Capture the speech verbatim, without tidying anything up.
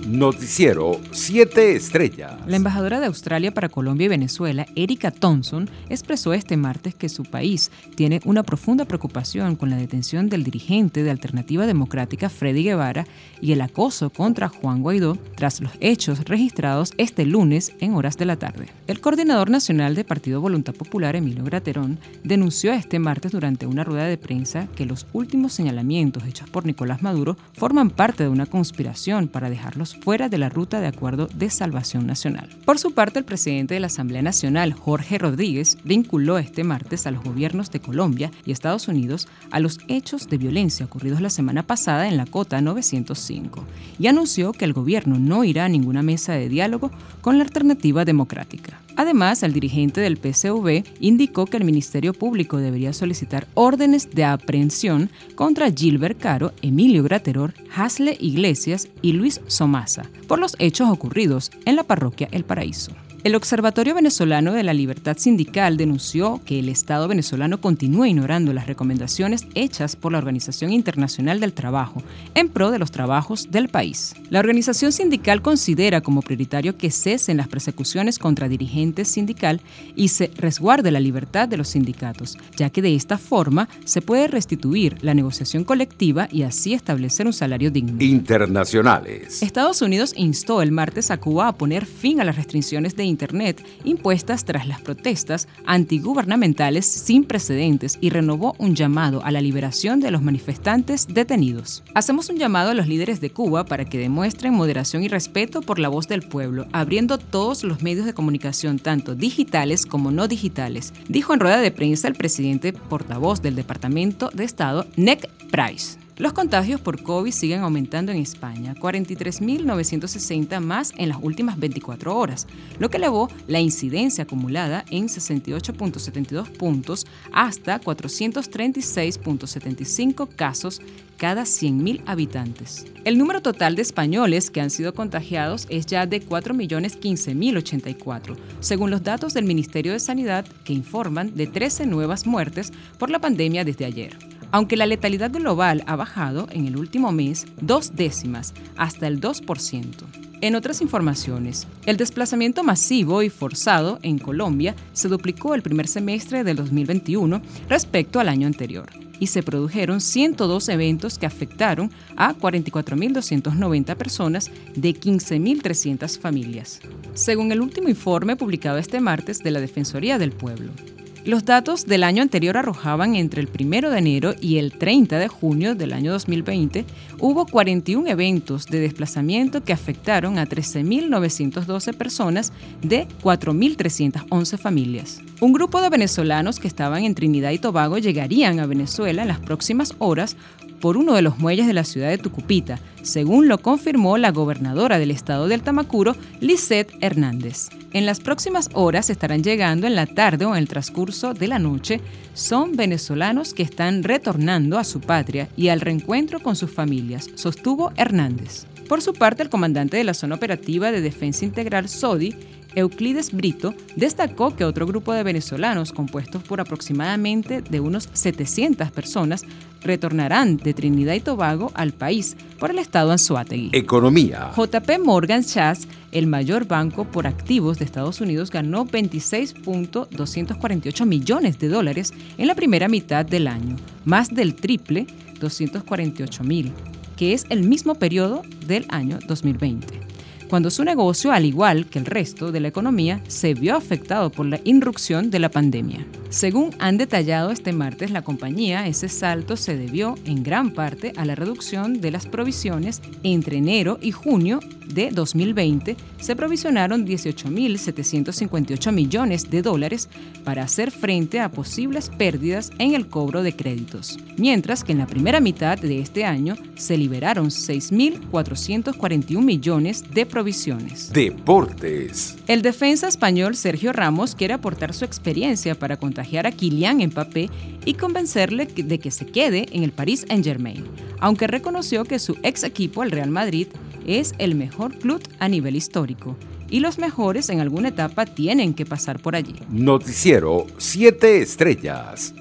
Noticiero siete Estrellas. La embajadora de Australia para Colombia y Venezuela, Erika Thompson, expresó este martes que su país tiene una profunda preocupación con la detención del dirigente de Alternativa Democrática, Freddy Guevara, y el acoso contra Juan Guaidó tras los hechos registrados este lunes en horas de la tarde. El coordinador nacional del Partido Voluntad Popular, Emilio Graterón, denunció este martes durante una rueda de prensa que los últimos señalamientos hechos por Nicolás Maduro forman parte de una conspiración para dejarlos fuera de la ruta de acuerdo de salvación nacional. Por su parte, el presidente de la Asamblea Nacional, Jorge Rodríguez, vinculó este martes a los gobiernos de Colombia y Estados Unidos a los hechos de violencia ocurridos la semana pasada en la Cota novecientos cinco y anunció que el gobierno no irá a ninguna mesa de diálogo con la Alternativa Democrática. Además, el dirigente del P C V indicó que el Ministerio Público debería solicitar órdenes de aprehensión contra Gilbert Caro, Emilio Graterol, Hasle Iglesias y Luis Somasa por los hechos ocurridos en la parroquia El Paraíso. El Observatorio Venezolano de la Libertad Sindical denunció que el Estado venezolano continúa ignorando las recomendaciones hechas por la Organización Internacional del Trabajo en pro de los trabajos del país. La organización sindical considera como prioritario que cesen las persecuciones contra dirigentes sindical y se resguarde la libertad de los sindicatos, ya que de esta forma se puede restituir la negociación colectiva y así establecer un salario digno. Internacionales. Estados Unidos instó el martes a Cuba a poner fin a las restricciones de Internet impuestas tras las protestas antigubernamentales sin precedentes y renovó un llamado a la liberación de los manifestantes detenidos. Hacemos un llamado a los líderes de Cuba para que demuestren moderación y respeto por la voz del pueblo, abriendo todos los medios de comunicación, tanto digitales como no digitales, dijo en rueda de prensa el presidente portavoz del Departamento de Estado, Ned Price. Los contagios por COVID siguen aumentando en España, cuarenta y tres mil novecientos sesenta más en las últimas veinticuatro horas, lo que elevó la incidencia acumulada en sesenta y ocho punto setenta y dos puntos hasta cuatrocientos treinta y seis punto setenta y cinco casos cada cien mil habitantes. El número total de españoles que han sido contagiados es ya de cuatro millones quince mil ochenta y cuatro, según los datos del Ministerio de Sanidad, que informan de trece nuevas muertes por la pandemia desde ayer. Aunque la letalidad global ha bajado en el último mes dos décimas, hasta el dos por ciento. En otras informaciones, el desplazamiento masivo y forzado en Colombia se duplicó el primer semestre del dos mil veintiuno respecto al año anterior, y se produjeron ciento dos eventos que afectaron a cuarenta y cuatro mil doscientas noventa personas de quince mil trescientas familias, según el último informe publicado este martes de la Defensoría del Pueblo. Los datos del año anterior arrojaban entre el primero de enero y el treinta de junio del año dos mil veinte, hubo cuarenta y uno eventos de desplazamiento que afectaron a trece mil novecientas doce personas de cuatro mil trescientas once familias. Un grupo de venezolanos que estaban en Trinidad y Tobago llegarían a Venezuela en las próximas horas por uno de los muelles de la ciudad de Tucupita, según lo confirmó la gobernadora del estado del Tamacuro, Lisette Hernández. En las próximas horas estarán llegando en la tarde o en el transcurso de la noche. Son venezolanos que están retornando a su patria y al reencuentro con sus familias, sostuvo Hernández. Por su parte, el comandante de la Zona Operativa de Defensa Integral SODI, Euclides Brito, destacó que otro grupo de venezolanos, compuestos por aproximadamente de unos setecientas personas, retornarán de Trinidad y Tobago al país por el estado Anzoátegui. Economía. J P Morgan Chase, el mayor banco por activos de Estados Unidos, ganó veintiséis punto doscientos cuarenta y ocho millones de dólares en la primera mitad del año, más del triple, doscientos cuarenta y ocho mil, que es el mismo periodo del año dos mil veinte. Cuando su negocio, al igual que el resto de la economía, se vio afectado por la irrupción de la pandemia. Según han detallado este martes la compañía, ese salto se debió en gran parte a la reducción de las provisiones. Entre enero y junio de dos mil veinte se provisionaron dieciocho mil setecientos cincuenta y ocho millones de dólares para hacer frente a posibles pérdidas en el cobro de créditos, mientras que en la primera mitad de este año se liberaron seis mil cuatrocientos cuarenta y un millones de provisiones. Deportes. El defensa español Sergio Ramos quiere aportar su experiencia para contagiar a Kylian Mbappé y convencerle de que se quede en el Paris Saint-Germain, aunque reconoció que su ex equipo, el Real Madrid, es el mejor club a nivel histórico y los mejores en alguna etapa tienen que pasar por allí. Noticiero siete Estrellas.